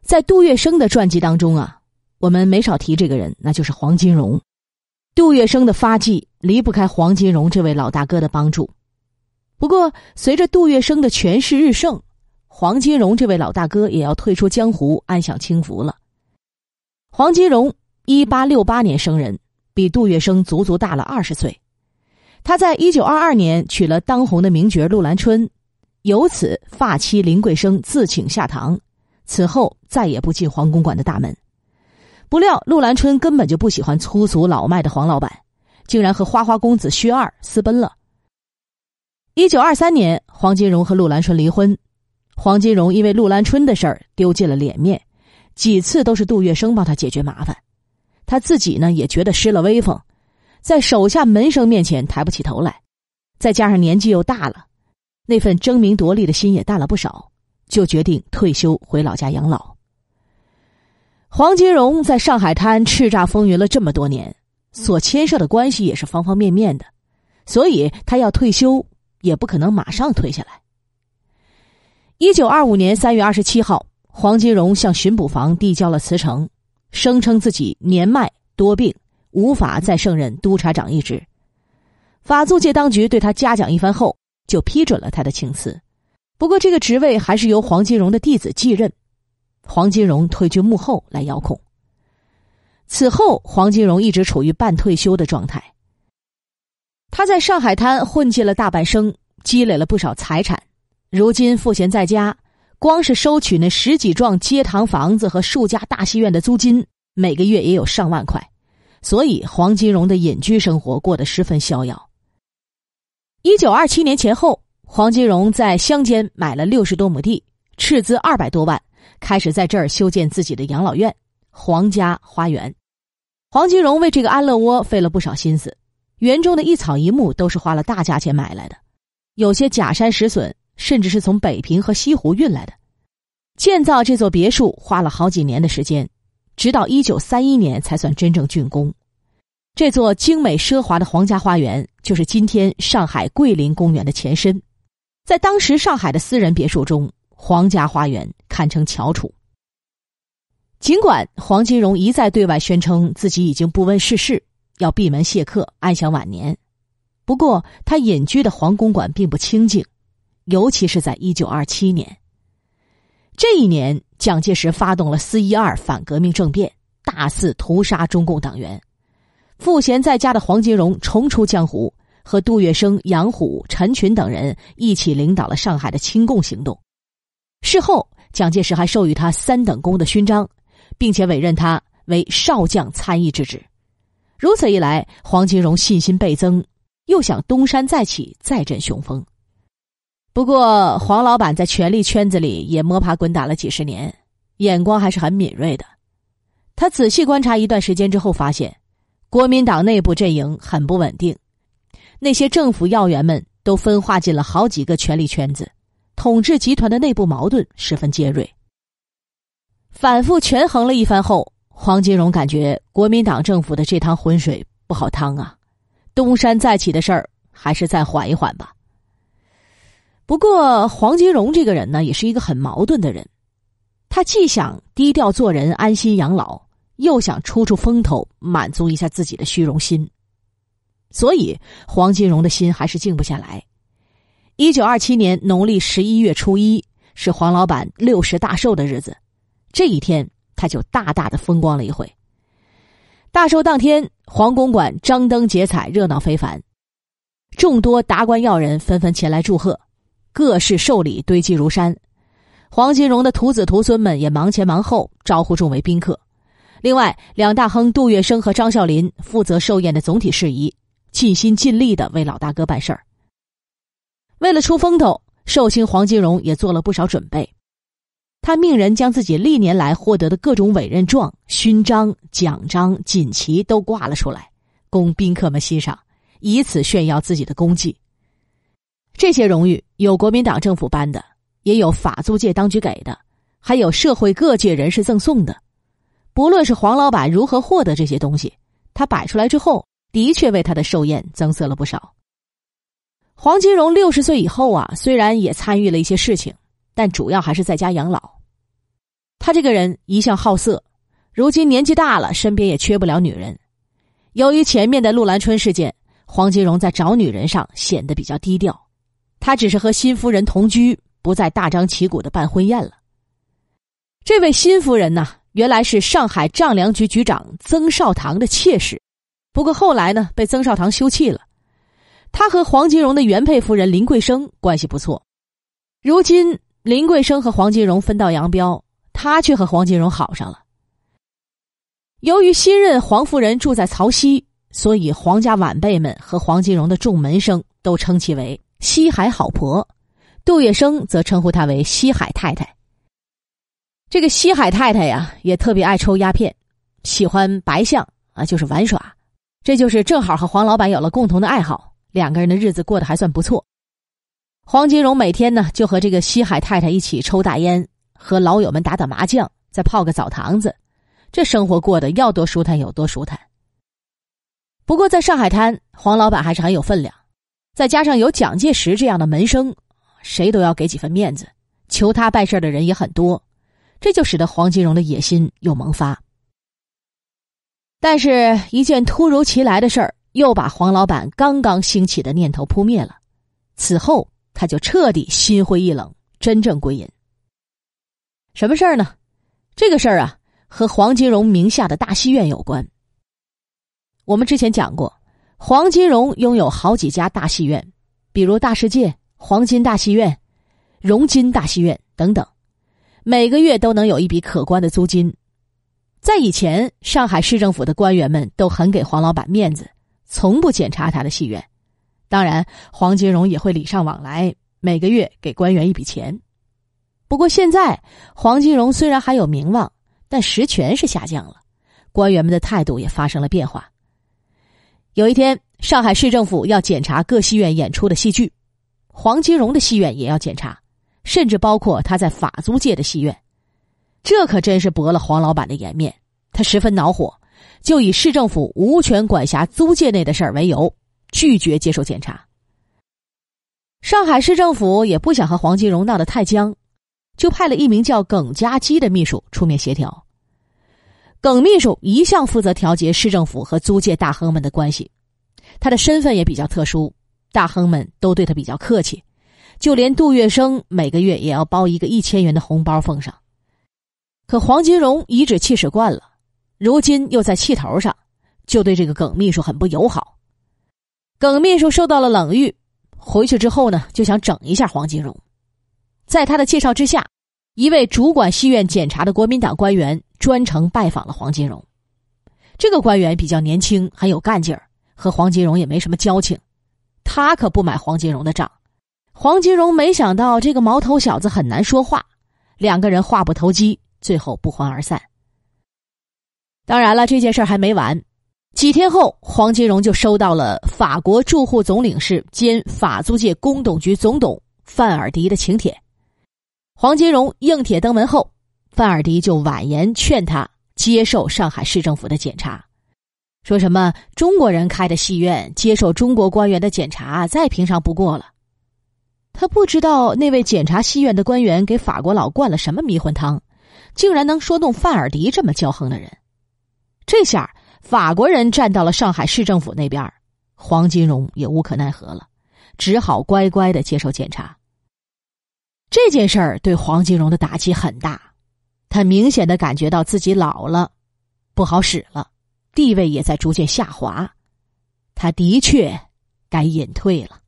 在杜月笙的传记当中啊，我们没少提这个人，那就是黄金荣。杜月笙的发迹离不开黄金荣这位老大哥的帮助。不过随着杜月笙的权势日盛，黄金荣这位老大哥也要退出江湖，安享清福了。黄金荣1868年生人，比杜月笙足足大了20岁。他在1922年娶了当红的名角陆兰春，由此发妻林桂生自请下堂，此后再也不进黄公馆的大门。不料陆兰春根本就不喜欢粗俗老迈的黄老板，竟然和花花公子薛二私奔了。1923年，黄金荣和陆兰春离婚。黄金荣因为陆兰春的事儿丢尽了脸面，几次都是杜月笙帮他解决麻烦。他自己呢也觉得失了威风，在手下门生面前抬不起头来，再加上年纪又大了，那份争名夺利的心也淡了不少，就决定退休回老家养老。黄金荣在上海滩叱咤风云了这么多年，所牵涉的关系也是方方面面的，所以他要退休也不可能马上退下来。1925年3月27号，黄金荣向巡捕房递交了辞呈，声称自己年迈多病，无法再胜任督察长一职。法租界当局对他嘉奖一番后，就批准了他的请辞。不过这个职位还是由黄金荣的弟子继任，黄金荣退居幕后来遥控。此后黄金荣一直处于半退休的状态。他在上海滩混迹了大半生，积累了不少财产，如今赋闲在家，光是收取那10几幢街堂房子和数家大戏院的租金，每个月也有上万块，所以黄金荣的隐居生活过得十分逍遥。1927年前后，黄金荣在乡间买了60多亩地，斥资200多万，开始在这儿修建自己的养老院黄家花园。黄金荣为这个安乐窝费了不少心思，园中的一草一木都是花了大价钱买来的，有些假山实笋，甚至是从北平和西湖运来的。建造这座别墅花了好几年的时间，直到1931年才算真正竣工。这座精美奢华的皇家花园就是今天上海桂林公园的前身，在当时上海的私人别墅中，皇家花园堪称翘楚。尽管黄金荣一再对外宣称自己已经不问世事，要闭门谢客，安享晚年，不过他隐居的黄公馆并不清静，尤其是在1927年。这一年，蒋介石发动了4·12反革命政变，大肆屠杀中共党员。赋闲在家的黄金荣重出江湖，和杜月笙、杨虎、陈群等人一起领导了上海的清共行动。事后，蒋介石还授予他3等功的勋章，并且委任他为少将参议之职。如此一来，黄金荣信心倍增，又想东山再起，再振雄风。不过黄老板在权力圈子里也摸爬滚打了几十年，眼光还是很敏锐的。他仔细观察一段时间之后发现，国民党内部阵营很不稳定，那些政府要员们都分化进了好几个权力圈子，统治集团的内部矛盾十分尖锐。反复权衡了一番后，黄金荣感觉国民党政府的这趟浑水不好趟啊，东山再起的事儿还是再缓一缓吧。不过黄金荣这个人呢，也是一个很矛盾的人，他既想低调做人，安心养老，又想出风头，满足一下自己的虚荣心，所以黄金荣的心还是静不下来。1927年农历11月初1是黄老板60大寿的日子，这一天他就大大的风光了一回。大寿当天，黄公馆张灯结彩，热闹非凡，众多达官要人纷纷前来祝贺，各式寿礼堆积如山。黄金荣的徒子徒孙们也忙前忙后招呼众位宾客。另外，2大亨杜月笙和张啸林负责寿宴的总体事宜，尽心尽力地为老大哥办事儿。为了出风头，寿星黄金荣也做了不少准备。他命人将自己历年来获得的各种委任状、勋章、奖章、锦旗都挂了出来，供宾客们欣赏，以此炫耀自己的功绩。这些荣誉有国民党政府颁的，也有法租界当局给的，还有社会各界人士赠送的。不论是黄老板如何获得这些东西，他摆出来之后，的确为他的寿宴增色了不少。黄金荣60岁以后啊，虽然也参与了一些事情，但主要还是在家养老。 他这个人一向好色，如今年纪大了，身边也缺不了女人。由于前面的陆兰春事件，黄金荣在找女人上显得比较低调，他只是和新夫人同居，不再大张旗鼓的办婚宴了。这位新夫人呢，原来是上海丈量局局长曾少棠的妾室，不过后来呢，被曾少棠休弃了。他和黄金荣的原配夫人林桂生关系不错，如今林桂生和黄金荣分道扬镳，他却和黄金荣好上了。由于新任黄夫人住在曹溪，所以黄家晚辈们和黄金荣的众门生都称其为西海好婆，杜月笙则称呼她为西海太太。这个西海太太呀，也特别爱抽鸦片，喜欢白相啊，就是玩耍。这就是正好和黄老板有了共同的爱好，两个人的日子过得还算不错。黄金荣每天呢，就和这个西海太太一起抽大烟，和老友们打打麻将，再泡个澡堂子，这生活过得要多舒坦有多舒坦。不过在上海滩，黄老板还是很有分量，再加上有蒋介石这样的门生，谁都要给几分面子，求他办事的人也很多，这就使得黄金荣的野心又萌发。但是一件突如其来的事儿，又把黄老板刚刚兴起的念头扑灭了。此后他就彻底心灰意冷，真正归隐。什么事儿呢？这个事儿啊，和黄金荣名下的大戏院有关。我们之前讲过，黄金荣拥有好几家大戏院，比如大世界、黄金大戏院、荣金大戏院等等，每个月都能有一笔可观的租金。在以前，上海市政府的官员们都很给黄老板面子，从不检查他的戏院。当然，黄金荣也会礼尚往来，每个月给官员一笔钱。不过现在，黄金荣虽然还有名望，但实权是下降了，官员们的态度也发生了变化。有一天，上海市政府要检查各戏院演出的戏剧，黄金荣的戏院也要检查，甚至包括他在法租界的戏院。这可真是驳了黄老板的颜面，他十分恼火，就以市政府无权管辖租界内的事儿为由，拒绝接受检查。上海市政府也不想和黄金荣闹得太僵，就派了一名叫耿家基的秘书出面协调。耿秘书一向负责调节市政府和租界大亨们的关系，他的身份也比较特殊，大亨们都对他比较客气，就连杜月笙每个月也要包一个1000元的红包奉上。可黄金荣颐指气使惯了，如今又在气头上，就对这个耿秘书很不友好。耿秘书受到了冷遇，回去之后呢，就想整一下黄金荣。在他的介绍之下，一位主管戏院检查的国民党官员专程拜访了黄金荣。这个官员比较年轻，很有干劲儿，和黄金荣也没什么交情，他可不买黄金荣的账。黄金荣没想到这个毛头小子很难说话，两个人话不投机，最后不欢而散。当然了，这件事还没完。几天后，黄金荣就收到了法国驻沪总领事兼法租界公董局总董范尔迪的请帖。黄金荣应帖登门后，范尔迪就婉言劝他接受上海市政府的检查，说什么中国人开的戏院接受中国官员的检查再平常不过了。他不知道那位检查戏院的官员给法国佬灌了什么迷魂汤，竟然能说动范尔迪这么骄横的人。这下法国人站到了上海市政府那边，黄金荣也无可奈何了，只好乖乖的接受检查。这件事儿对黄金荣的打击很大，他明显的感觉到自己老了，不好使了，地位也在逐渐下滑，他的确该隐退了。